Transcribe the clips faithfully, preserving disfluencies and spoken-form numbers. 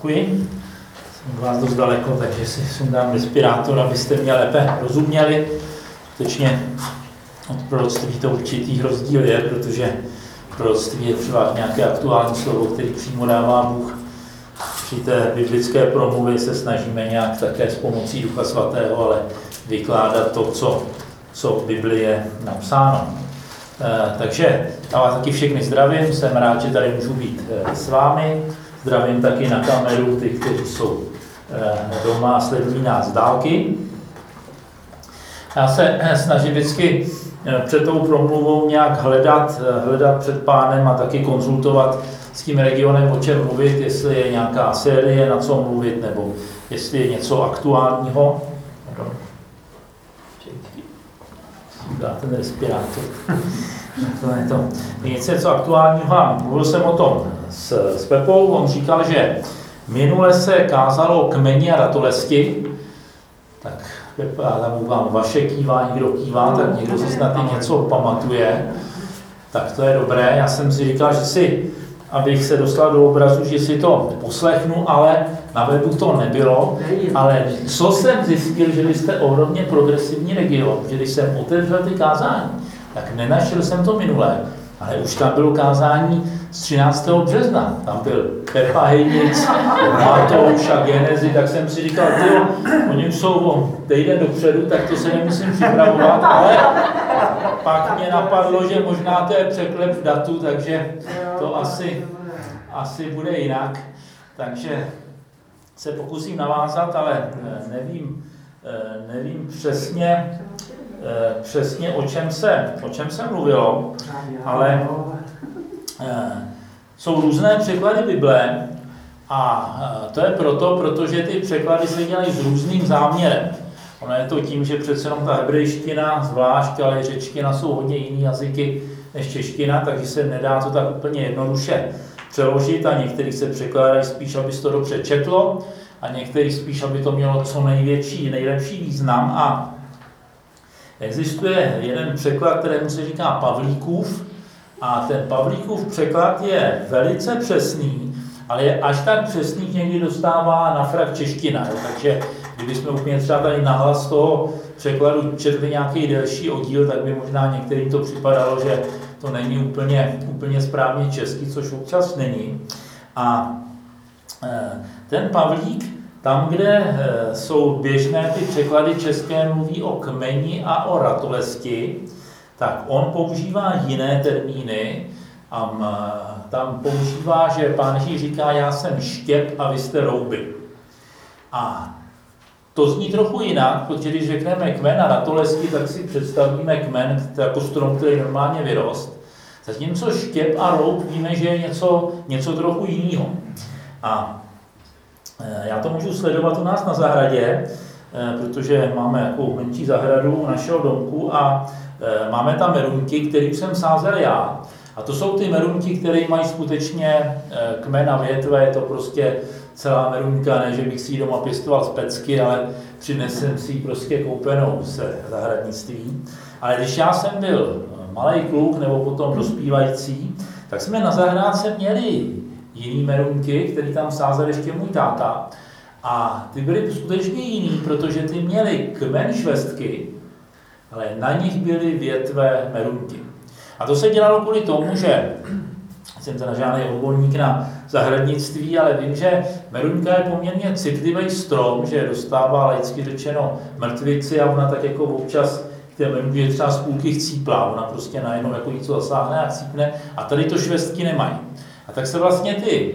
Děkuji. Jsem u vás dost daleko, takže si sundám respirátor, abyste mě lépe rozuměli. Skutečně od proroctví to určitý rozdíl je, protože proroctví je třeba nějaké aktuální slovo, který přímo dává Bůh. Při té biblické promluvě se snažíme nějak také s pomocí Ducha Svatého, ale vykládat to, co, co v Biblii je napsáno. E, takže já vás taky všechny zdravím, jsem rád, že tady můžu být e, s vámi. Zdravím taky na kameru ty, kteří jsou e, doma a sledují nás z dálky. Já se snažím vždycky před tou promluvou nějak hledat, hledat před Pánem a taky konzultovat s tím regionem, o čem mluvit, jestli je nějaká série, na co mluvit, nebo jestli je něco aktuálního. Dá ten respirátor. To je to. Něco aktuálního. Mluvil jsem o tom s, s Pepou, on říkal, že minule se kázalo kmeni a ratolesti, tak Pepa, já tam vám vaše kývá, někdo kývá, tak někdo si snad i něco pamatuje, tak to je dobré. Já jsem si říkal, že si, abych se dostal do obrazu, že si to poslechnu, ale na webu to nebylo, ale co jsem zjistil, že vy jste ohromně progresivní region, že když jsem otevřel ty kázání, tak nenašel jsem to minule, ale už tam bylo kázání z třináctého března. Tam byl Pepa Hejnic, Matouš a Genezi, tak jsem si říkal, tyjo, oni už jsou o týden dopředu, tak to se nemusím připravovat, ale pak mě napadlo, že možná to je překlep v datu, takže to asi, asi bude jinak. Takže se pokusím navázat, ale nevím, nevím přesně, přesně o čem se, o čem se mluvilo, ale jsou různé překlady Bible a to je proto, protože ty překlady se dělají s různým záměrem. Ono je to tím, že přece jenom ta hebrejština zvlášť, ale řečtina jsou hodně jiný jazyky než čeština, takže se nedá to tak úplně jednoduše přeložit a některý se překládají spíš, aby se to dobře četlo a některý spíš, aby to mělo co největší, nejlepší význam. A existuje jeden překlad, kterému se říká Pavlíkův, a ten Pavlíkův překlad je velice přesný, ale je až tak přesný, že někdy dostává na frak čeština. Jo. Takže kdybychom úplně třeba tady nahlas toho překladu četli nějaký delší oddíl, tak by možná některým to připadalo, že to není úplně, úplně správně česky, což občas není. A ten Pavlík, tam, kde jsou běžné ty překlady české, mluví o kmeni a o ratolesti, tak on používá jiné termíny a tam používá, že Pán Ježíš říká, já jsem štěp a vy jste rouby. A to zní trochu jinak, protože když řekneme kmen a ratolesti, tak si představíme kmen jako strom, který normálně vyrost. Zatímco štěp a roub víme, že je něco, něco trochu jiného. A já to můžu sledovat u nás na zahradě, protože máme jako menší zahradu u našeho domku a máme tam merunky, který jsem sázel já. A to jsou ty merunky, které mají skutečně kmen a větve, je to prostě celá merunka, ne, že bych si ji doma pěstoval z pecky, ale přinesem si ji prostě koupenou ze zahradnictví. Ale když já jsem byl malý kluk nebo potom dospívající, tak jsme na zahrádce měli jiný merunky, který tam sázel ještě můj táta. A ty byly skutečně jiný, protože ty měly kmen švestky, ale na nich byly větve merunky. A to se dělalo kvůli tomu, že jsem teda žádný odborník na zahradnictví, ale vím, že merunka je poměrně citlivý strom, že dostává laicky řečeno mrtvici a ona tak jako občas k té merunky třeba z půlky chcíplá, ona prostě najednou jako něco zasáhne a cípne a tady to švestky nemají. A tak se vlastně ty,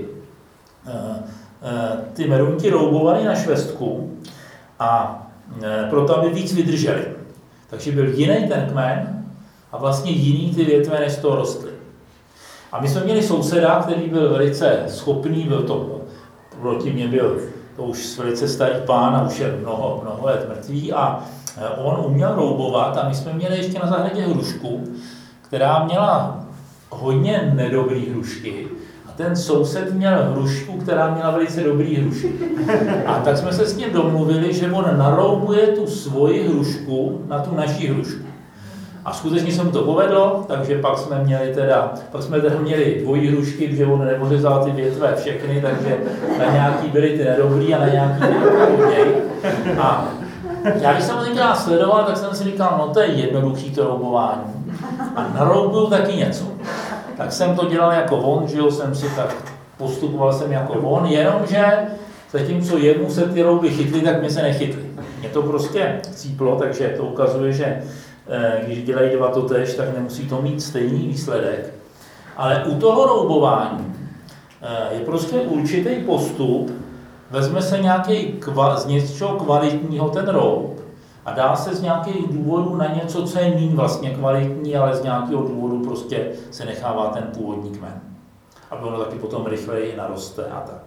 ty merunky roubovaly na švestku a proto, aby víc vydržely. Takže byl jiný ten kmen a vlastně jiný ty větve, než z toho rostly. A my jsme měli souseda, který byl velice schopný, byl to, proti mě byl to už velice starý pán a už je mnoho, mnoho let mrtvý a on uměl roubovat a my jsme měli ještě na zahradě hrušku, která měla hodně nedobrý hrušky a ten soused měl hrušku, která měla velice dobrý hrušky. A tak jsme se s ním domluvili, že on naroubuje tu svoji hrušku na tu naši hrušku. A skutečně se mu to povedlo, takže pak jsme měli teda, pak jsme teda měli dvojí hrušky, protože on neořezal ty větve všechny, takže na nějaký byly ty nedobrý a na nějaký ty dobrý. A já když jsem ho tenkrát sledoval, tak jsem si říkal, no to je jednoduchý to roubování. A naroubuju taky něco. Tak jsem to dělal jako on, žil jsem si tak, postupoval jsem jako on, jenomže zatímco jemu se ty rouby chytly, tak mě se nechytly. Mě to prostě cíplo, takže to ukazuje, že když dělají dva totéž, tak nemusí to mít stejný výsledek. Ale u toho roubování je prostě určitý postup, vezme se nějaký kva, z něčeho kvalitního ten roub a dá se z nějakých důvodů na něco, co je méně vlastně kvalitní, ale z nějakého důvodu prostě se nechává ten původní kmen. Aby ono taky potom rychleji naroste a tak.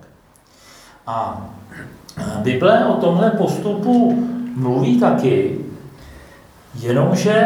A Bible o tomhle postupu mluví taky, jenomže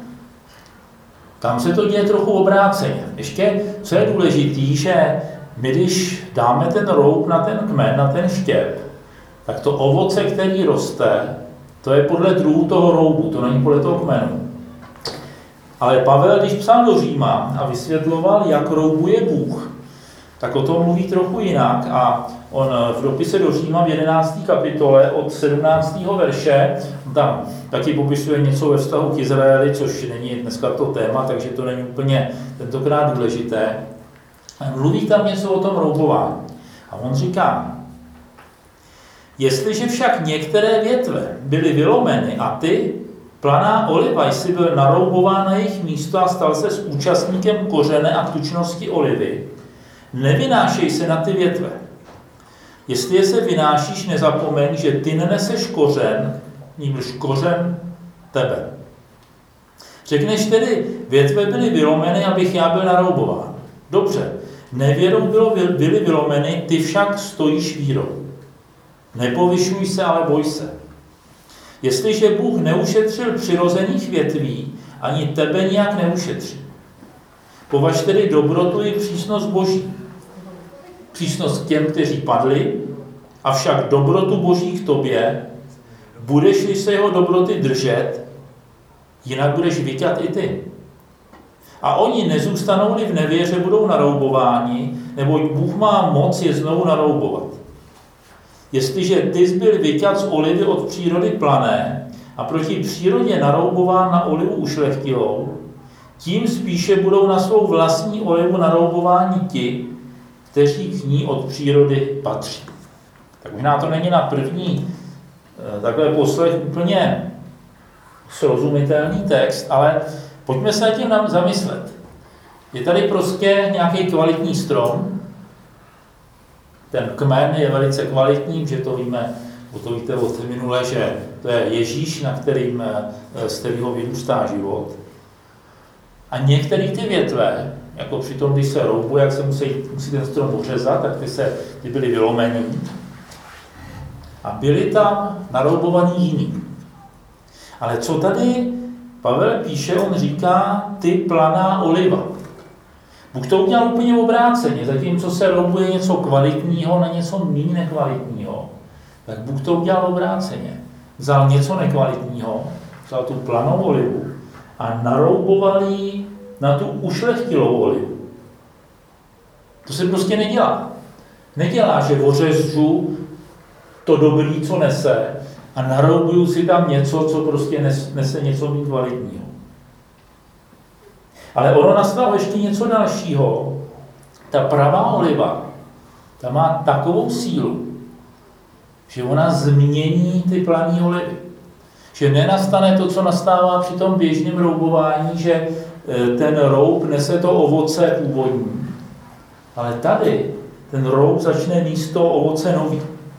tam se to děje trochu obráceně. Ještě, co je důležitý, že my, když dáme ten roub na ten kmen, na ten štěp, tak to ovoce, který roste, to je podle druhu toho roubu, to není podle toho kmenu. Ale Pavel, když psal do Říma a vysvětloval, jak roubuje Bůh, tak o tom mluví trochu jinak a on v dopise do Říma v jedenácté kapitole od sedmnáctého verše tam taky popisuje něco ve vztahu k Izraeli, což není dneska to téma, takže to není úplně tentokrát důležité. Mluví tam něco o tom roubování. A on říká, jestliže však některé větve byly vylomeny a ty, planá oliva, jsi byl naroubován na jejich místo a stal se s účastníkem kořene a tučnosti olivy, nevynášej se na ty větve. Jestli je se vynášíš, nezapomeň, že ty neneseš kořen, nímž kořen tebe. Řekneš tedy, větve byly vylomeny, abych já byl naroubován. Dobře, nevěrou bylo, byly vylomeny, ty však stojíš vírou. Nepovyšuj se, ale boj se. Jestliže Bůh neušetřil přirozených větví, ani tebe nijak neušetří. Považ tedy dobrotu i přísnost Boží. Přísnost k těm, kteří padli, avšak dobrotu Boží k tobě, budeš-li se jeho dobroty držet, jinak budeš vyťat i ty. A oni nezůstanou-li v nevěře, budou naroubováni, neboť Bůh má moc je znovu naroubovat. Jestliže ty jsi byl vyťat z olivy od přírody plané a proti přírodě naroubován na olivu ušlechtilou, tím spíše budou na svou vlastní olivu naroubováni ti, kteří k ní od přírody patří. Tak možná to není na první takhle poslech úplně srozumitelný text, ale pojďme se nad tím zamyslet. Je tady prostě nějaký kvalitní strom, ten kmen je velice kvalitní, že to víme, to víte od minule, že to je Ježíš, na kterým, z kterého vyrůstá život. A některé ty větve, jako při tom, když se roubuje, jak se musí, musí ten strom ořezat, tak ty, se, ty byly vylomeny. A byly tam naroubovaní jiní. Ale co tady Pavel píše, on říká, ty planá oliva. Bůh to udělal úplně obráceně, zatímco se roubuje něco kvalitního na něco méně nekvalitního, tak Bůh to udělal obráceně. Vzal něco nekvalitního, vzal tu planou olivu a narouboval ji na tu ušlechtilou olivu. To se prostě nedělá. Nedělá, že ořežu to dobrý, co nese, a naroubuju si tam něco, co prostě nese něco méně kvalitního. Ale ono nastalo ještě něco dalšího. Ta pravá oliva, ta má takovou sílu, že ona změní ty plané olivy. Že nenastane to, co nastává při tom běžném roubování, že ten roub nese to ovoce původní. Ale tady ten roub začne nést to ovoce nový.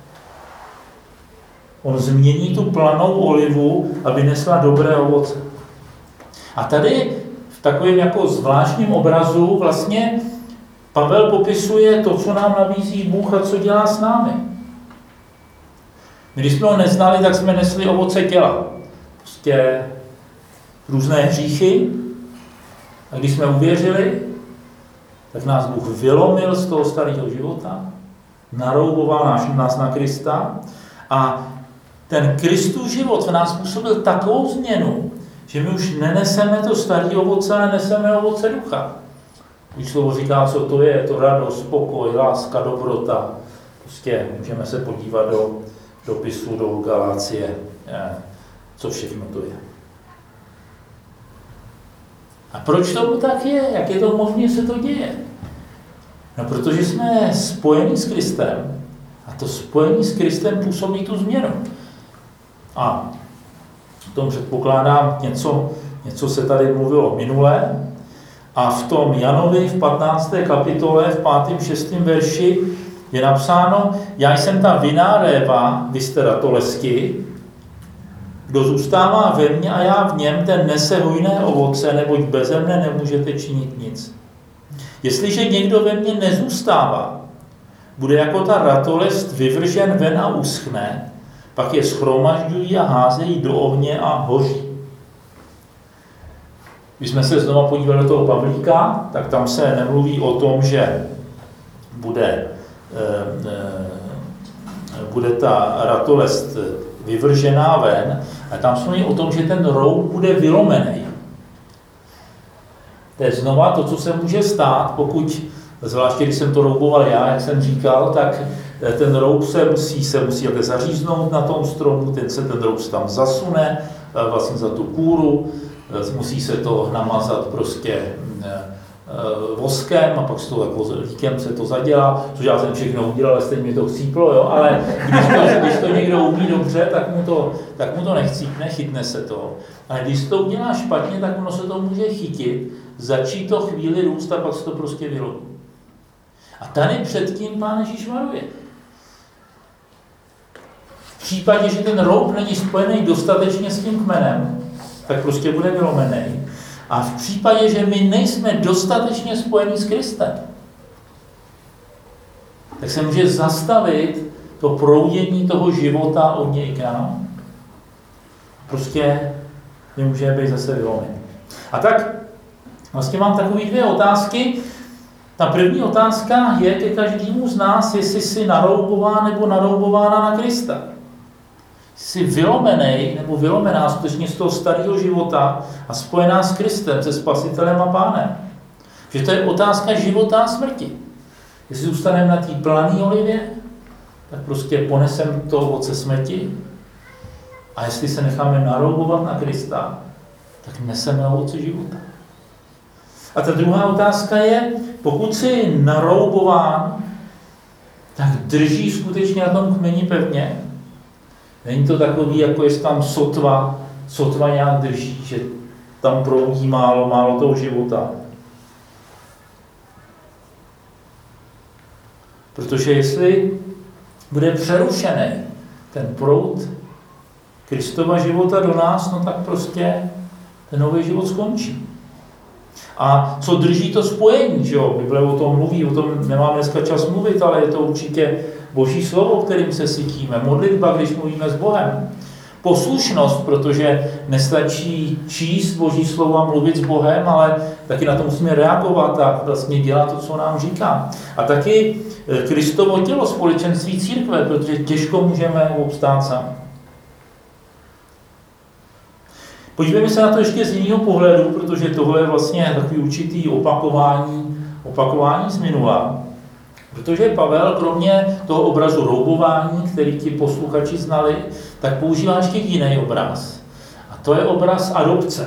On změní tu planou olivu, aby nesla dobré ovoce. A tady v takovém jako zvláštním obrazu vlastně Pavel popisuje to, co nám nabízí Bůh a co dělá s námi. My, když jsme ho neznali, tak jsme nesli ovoce těla. Prostě různé hříchy. A když jsme uvěřili, tak nás Bůh vylomil z toho starého života, narouboval nás, nás na Krista a ten Kristův život v nás způsobil takovou změnu, že my už neneseme to staré ovoce, ale neseme ovoce ducha. Když slovo říká, co to je, je to radost, spokoj, láska, dobrota. Prostě můžeme se podívat do dopisu do Galácie, co všechno to je. A proč tomu tak je? Jak je to možné, se to děje? No, protože jsme spojeni s Kristem a to spojení s Kristem působí tu změnu. A v tom předpokládám něco, něco se tady mluvilo minule a v tom Janovi v patnácté kapitole v pátém šestém verši je napsáno: já jsem ta vinná réva, vy jste ratolesti, kdo zůstává ve mně a já v něm, ten nese hojné ovoce, neboť beze mne nemůžete činit nic. Jestliže někdo ve mně nezůstává, bude jako ta ratolest vyvržen ven a uschne, pak je shromažďují a házejí do ohně a hoří. Když jsme se znova podívali do toho Pavlíka, tak tam se nemluví o tom, že bude, e, e, bude ta ratolest vyvržená ven, a tam se mluví o tom, že ten roub bude vylomený. To je znova to, co se může stát, pokud, zvláště když jsem to rouboval já, jak jsem říkal, tak ten roub se musí, se musí zaříznout na tom stromu, ten se ten roub se tam zasune, vlastně za tu kůru, musí se to namazat prostě voskem a pak s tou jako líkem se to zadělá, což já jsem všechno udělal, ale stejně mi to chcíplo, jo? Ale když to, když to někdo umí dobře, tak mu to, tak mu to nechcípne, chytne se to. Ale když to udělá špatně, tak ono se to může chytit, začít to chvíli růst a pak se to prostě vylomí. A tady před tím Pán Ježíš varuje. V případě, že ten roub není spojený dostatečně s tím kmenem, tak prostě bude vylomený. A v případě, že my nejsme dostatečně spojeni s Kristem, tak se může zastavit to proudění toho života od něj k nám. Prostě nemůže být zase vylomený. A tak vlastně mám takové dvě otázky. Ta první otázka je ke každému z nás, jestli jsi naroubován nebo naroubována na Krista. Jsi vylomený nebo vylomená skutečně z toho starého života a spojená s Kristem, se Spasitelem a Pánem. Že to je otázka života a smrti. Jestli zůstaneme na té plané olivě, tak prostě ponesem to ovoce smrti. A jestli se necháme naroubovat na Krista, tak neseme ovoce života. A ta druhá otázka je, pokud jsi naroubován, tak drží skutečně na tom kmeni pevně. Není to takový, jako jestli tam sotva, sotva nějak drží, že tam proudí málo, málo toho života. Protože jestli bude přerušený ten proud Kristova života do nás, no tak prostě ten nový život skončí. A co drží to spojení, že jo? Bible o tom mluví, o tom nemám dneska čas mluvit, ale je to určitě Boží slovo, kterým se sytíme. Modlitba, když mluvíme s Bohem. Poslušnost, protože nestačí číst Boží slovo a mluvit s Bohem, ale taky na to musíme reagovat a vlastně dělat to, co nám říká. A taky Kristovo tělo, společenství církve, protože těžko můžeme obstát sami. Podívejme se na to ještě z jiného pohledu, protože tohle je vlastně takový určitý opakování, opakování z minula. Protože Pavel, kromě toho obrazu roubování, který ti posluchači znali, tak používá ještě jiný obraz. A to je obraz adopce.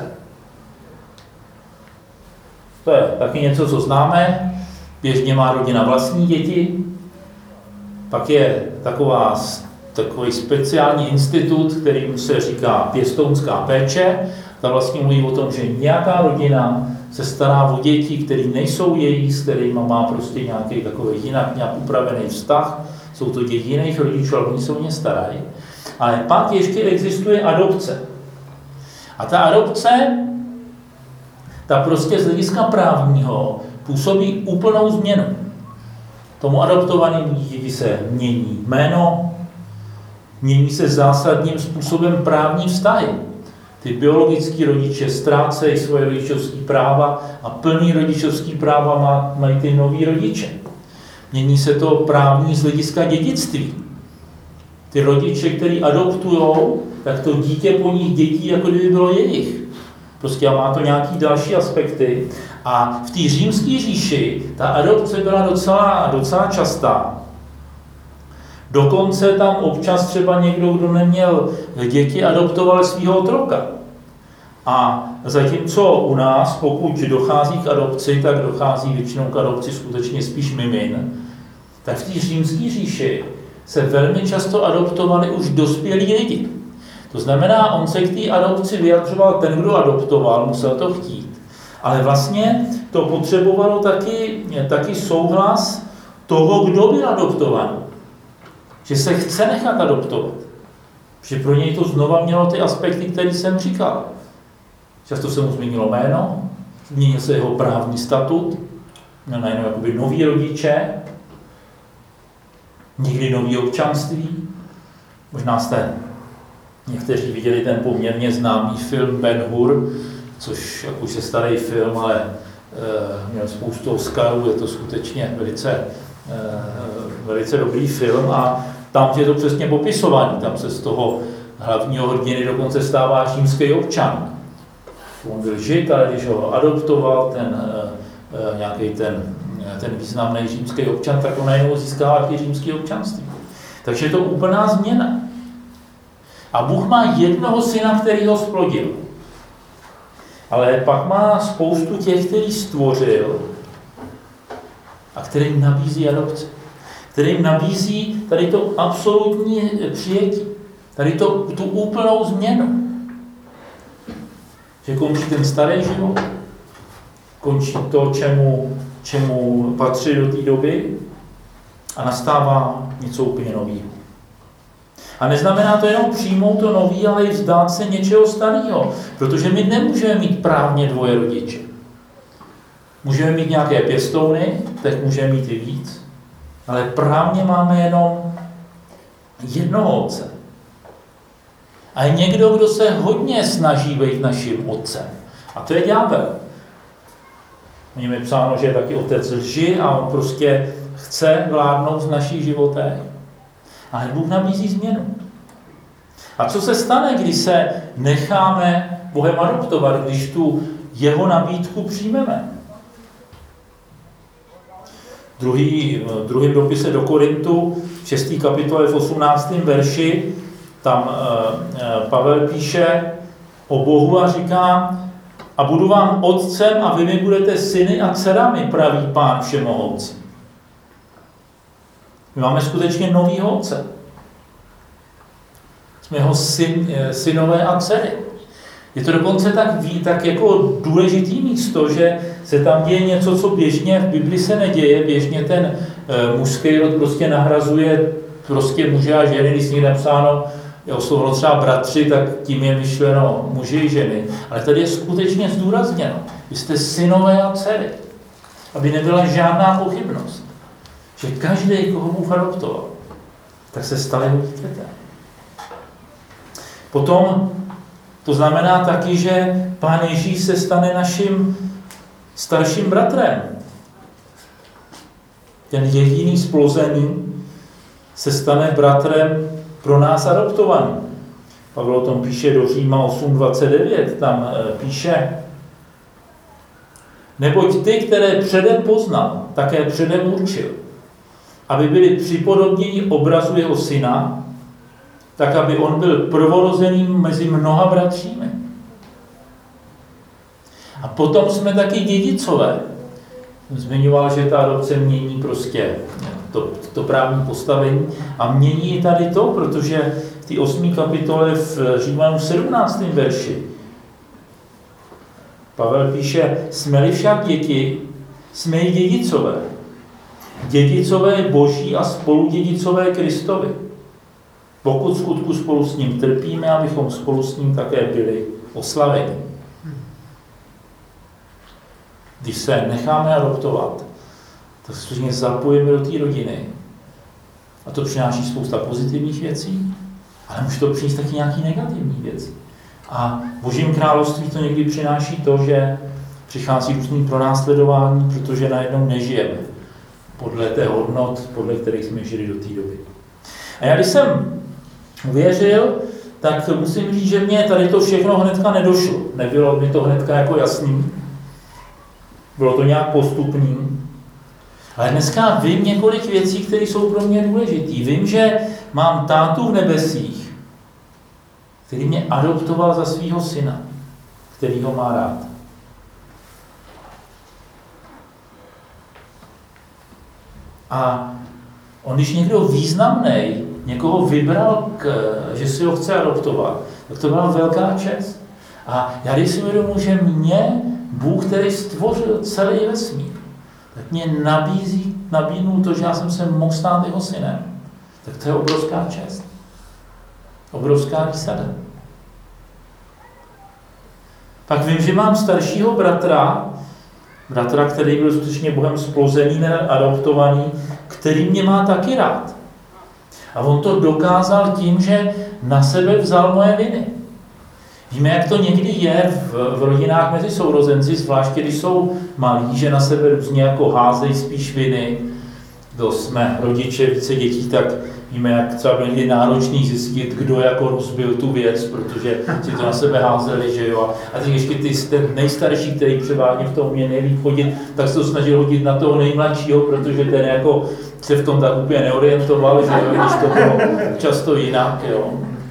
To je taky něco, co známe. Běžně má rodina vlastní děti. Pak je taková, takový speciální institut, kterým se říká pěstounská péče. Ta vlastně mluví o tom, že nějaká rodina se stará o děti, které nejsou její, s kterými má prostě nějaký takový jinak nějak upravený vztah. Jsou to děti jiných rodičů, ale oni se o ně starají. Ale pak ještě existuje adopce. A ta adopce, ta prostě z hlediska právního působí úplnou změnu. Tomu adoptovanému dítěti se mění jméno, mění se zásadním způsobem právní vztahy. Ty biologický rodiče ztrácejí svoje rodičovské práva a plný rodičovský práva má, mají ty noví rodiče. Mění se to právní z hlediska dědictví. Ty rodiče, kteří adoptujou, tak to dítě po nich dětí, jako kdyby bylo jejich. Prostě má to nějaký další aspekty. A v té římské říši ta adopce byla docela, docela častá. Dokonce tam občas třeba někdo, kdo neměl děti, adoptoval svého otroka. A zatímco u nás, pokud dochází k adopci, tak dochází většinou k adopci skutečně spíš mimin, tak v té římské říši se velmi často adoptovali už dospělí lidi. To znamená, on se k té adopci vyjadřoval ten, kdo adoptoval, musel to chtít. Ale vlastně to potřebovalo taky, taky souhlas toho, kdo byl adoptovaný. Že se chce nechat adoptovat. Že pro něj to znova mělo ty aspekty, které jsem říkal. Často se mu změnilo jméno, změnil se jeho právní statut, měl najednou jakoby nový rodiče, někdy nový občanství. Možná jste někteří viděli ten poměrně známý film Ben-Hur, což jak už je starý film, ale e, měl spoustu Oscarů, je to skutečně velice, e, velice dobrý film a tam je to přesně popisovaný, tam se z toho hlavního hrdiny dokonce stává římský občan. On byl Žid, ale když ho adoptoval ten e, nějaký ten, ten významný římský občan, tak on najednou získává taky římský občanství. Takže je to úplná změna. A Bůh má jednoho syna, který ho splodil. Ale pak má spoustu těch, který stvořil a kterým nabízí adopci. Kterým nabízí tady to absolutní přijetí. Tady to, tu úplnou změnu. Že končí ten starý život, končí to, čemu, čemu patří do té doby a nastává něco úplně nového. A neznamená to jenom přijmout to nový, ale i vzdát se něčeho starého, protože my nemůžeme mít právně dvoje rodiče. Můžeme mít nějaké pěstouny, tak můžeme mít i víc, ale právně máme jenom jednoho otce. A je někdo, kdo se hodně snaží být naším otcem. A to je ďábel. O něm je psáno, že je taky otec lži a on prostě chce vládnout v našich životech. Ale Bůh nabízí změnu. A co se stane, když se necháme Bohem adoptovat, když tu jeho nabídku přijmeme? Druhý, v druhém dopise do Korintu, v šesté kapitole v osmnáctém verši, tam Pavel píše o Bohu a říká: a budu vám otcem a vy mi budete syny a dcerami, praví Pán všemohoucí. My máme skutečně novýho otce. Jsme jeho syn, synové a dcery. Je to dokonce tak, tak jako důležitý místo, že se tam děje něco, co běžně v Bibli se neděje. Běžně ten e, mužský rod prostě nahrazuje prostě muže a ženy, když někde napsáno, je osloveno třeba bratři, tak tím je myšleno muži i ženy. Ale tady je skutečně zdůrazněno. Vy jste synové a dcery. Aby nebyla žádná pochybnost. Že každý, koho Bůh adoptoval, tak se stal jeho dítětem. Potom to znamená taky, že Pán Ježíš se stane naším starším bratrem. Ten jediný splozený se stane bratrem pro nás adoptovaný. Pavel o tom píše do Říma osm dvacet devět, tam píše: neboť ty, které předem poznal, také předem určil, aby byli připodobněni obrazu jeho syna, tak aby on byl prvorozeným mezi mnoha bratřími. A potom jsme taky dědicové. Zmiňoval, že ta adopce mění prostě to, to právní postavení a mění i tady to, protože v té osmé kapitole v Římanům sedmnáctém verši Pavel píše: jsme-li však děti, jsme i dědicové. Dědicové Boží a spoludědicové Kristovi. Pokud skutku spolu s ním trpíme, abychom spolu s ním také byli oslaveni. Když se necháme adoptovat, tak se zapojíme do té rodiny. A to přináší spousta pozitivních věcí, ale může to přinést taky nějaký negativní věci. A v Božím království to někdy přináší to, že přichází různý pronásledování, protože najednou nežijeme podle té hodnot, podle kterých jsme žili do té doby. A já když jsem věřil, tak musím říct, že mě tady to všechno hnedka nedošlo. Nebylo mi to hnedka jako jasný. Bylo to nějak postupný. Ale dneska vím několik věcí, které jsou pro mě důležité. Vím, že mám tátu v nebesích, který mě adoptoval za svého syna, který ho má rád. A on, když někdo významný někoho vybral, k, že si ho chce adoptovat, tak to byla velká čest. A já když si uvědomuji, že mě Bůh, který stvořil celý vesmír, tak mě nabízí, nabídnul to, že já jsem se mohl stát jeho synem, tak to je obrovská čest. Obrovská výsada. Pak vím, že mám staršího bratra, bratra, který byl skutečně Bohem splozený, adoptovaný, který mě má taky rád. A on to dokázal tím, že na sebe vzal moje viny. Víme, jak to někdy je v, v rodinách mezi sourozenci, zvláště když jsou malí, že na sebe různě jako házejí spíš viny. Kdo jsme rodiče více dětí, tak víme, jak třeba bylo někdy náročný zjistit, kdo jako rozbil tu věc, protože si to na sebe házeli, že jo. A teď ještě ty, ten nejstarší, který převážně v tom mě nejlíp chodit, tak se to snažil hodit na toho nejmladšího, protože ten jako se v tom tak úplně neorientoval, že jo, když to bylo často jinak, jo.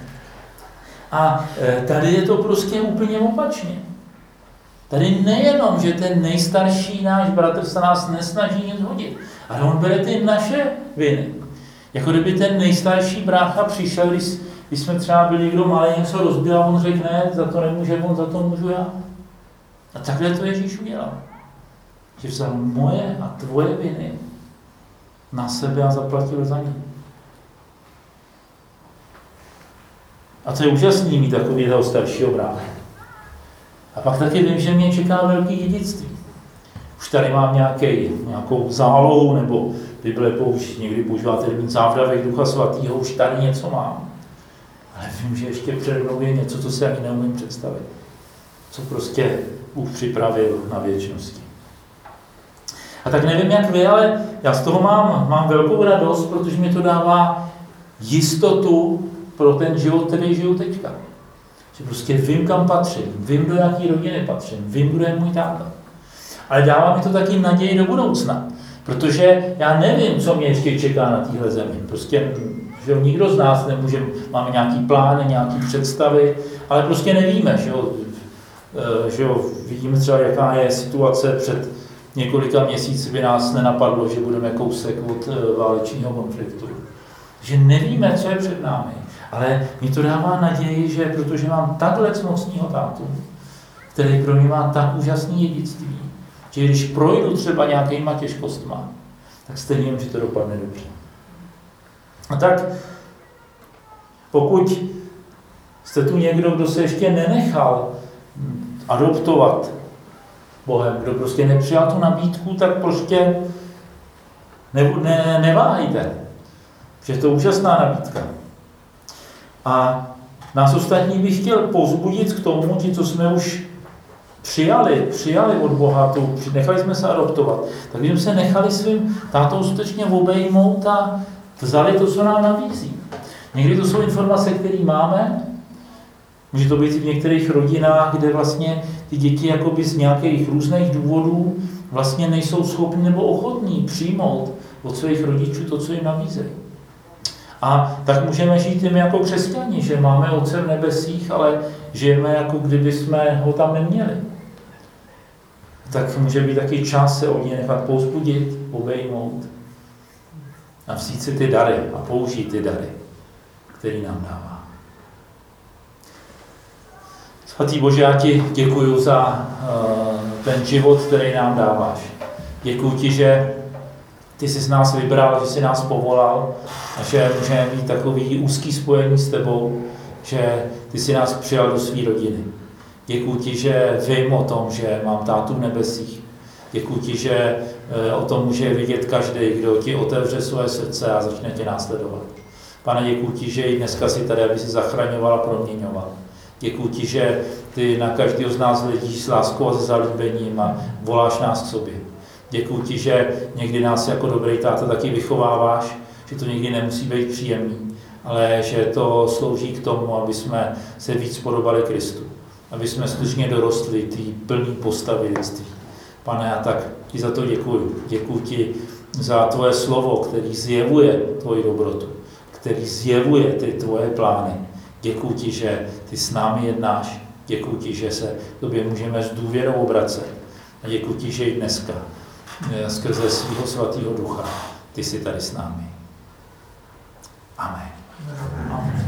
A tady je to prostě úplně opačně. Tady nejenom, že ten nejstarší náš bratr se nás nesnaží nic hodit, ale on bere ty naše viny. Jako kdyby ten nejstarší brácha přišel, když, když jsme třeba byli někdo malý, něco rozbil a on řekl, ne, za to nemůže on, za to můžu já. A takhle to Ježíš udělal. Že vzal moje a tvoje viny na sebe a zaplatil za ně. A to je úžasný mít takového staršího brácha. A pak taky vím, že mě čeká velký dědictví. Už tady mám nějaký, nějakou zálohu, nebo Bible použít, někdy používá termín závdavek Ducha Svatého, už tady něco mám. Ale vím, že ještě přede mnou je něco, co si ani neumím představit. Co prostě Bůh připravil na věčnosti. A tak nevím, jak vy, ale já z toho mám, mám velkou radost, protože mi to dává jistotu pro ten život, který žiju teďka. Že prostě vím, kam patřím, vím, do jaký rodiny patřím, vím, kdo je můj táta. Ale dává mi to taky naději do budoucna, protože já nevím, co mě ještě čeká na téhle zemi. Prostě, že nikdo z nás nemůže, máme nějaký plán, nějaký představy, ale prostě nevíme, že jo, že jo, vidíme třeba, jaká je situace před několika měsíci, by nás nenapadlo, že budeme kousek od válečního konfliktu. Že nevíme, co je před námi. Ale mi to dává naději, že protože mám takhle mocného tátu, který pro mě má tak úžasné dědictví, že když projdu třeba nějakýma těžkostma, tak stejně vím, že to dopadne dobře. A tak pokud jste tu někdo, kdo se ještě nenechal adoptovat Bohem, kdo prostě nepřijal tu nabídku, tak prostě ne, ne, neváhejte. Že je to úžasná nabídka. A nás ostatní bych chtěl povzbudit k tomu, že co jsme už přijali, přijali od Boha, to, nechali jsme se adoptovat, tak jsme se nechali svým tátou skutečně obejmout a vzali to, co nám nabízí. Někdy to jsou informace, které máme, může to být i v některých rodinách, kde vlastně ty děti jakoby z nějakých různých důvodů vlastně nejsou schopni nebo ochotní přijmout od svých rodičů to, co jim nabízejí. A tak můžeme žít jim jako křesťani, že máme Otce v nebesích, ale žijeme, jako kdyby jsme ho tam neměli. Tak může být taky čas se od něj nechat povzbudit, obejmout a vzít si ty dary a použít ty dary, který nám dává. Svatý Bože, já ti děkuju za uh, ten život, který nám dáváš. Děkuju ti, že ty jsi nás vybral, že jsi nás povolal a že můžeme mít takový úzký spojení s tebou, že ty jsi nás přijal do své rodiny. Děkuji ti, že vím o tom, že mám tátu v nebesích. Děkuji ti, že o tom může vidět každý, kdo ti otevře své srdce a začne tě následovat. Pane, děkuji ti, že i dneska jsi tady, aby si zachraňoval a proměňoval. Děkuji ti, že ty na každého z nás hledíš s láskou a se zalíbením a voláš nás k sobě. Děkuji ti, že někdy nás jako dobrý táta taky vychováváš, že to někdy nemusí být příjemný, ale že to slouží k tomu, aby jsme se víc podobali Kristu, aby jsme skutečně dorostli té plné postavy lidství. Pane, já tak ti za to děkuji. Děkuji ti za tvoje slovo, který zjevuje tvoji dobrotu, který zjevuje ty tvoje plány. Děkuji ti, že ty s námi jednáš. Děkuji ti, že se tobě můžeme s důvěrou obracet. A děkuji ti, že i dneska skrze svého svatého ducha ty jsi tady s námi. Amen. Amen.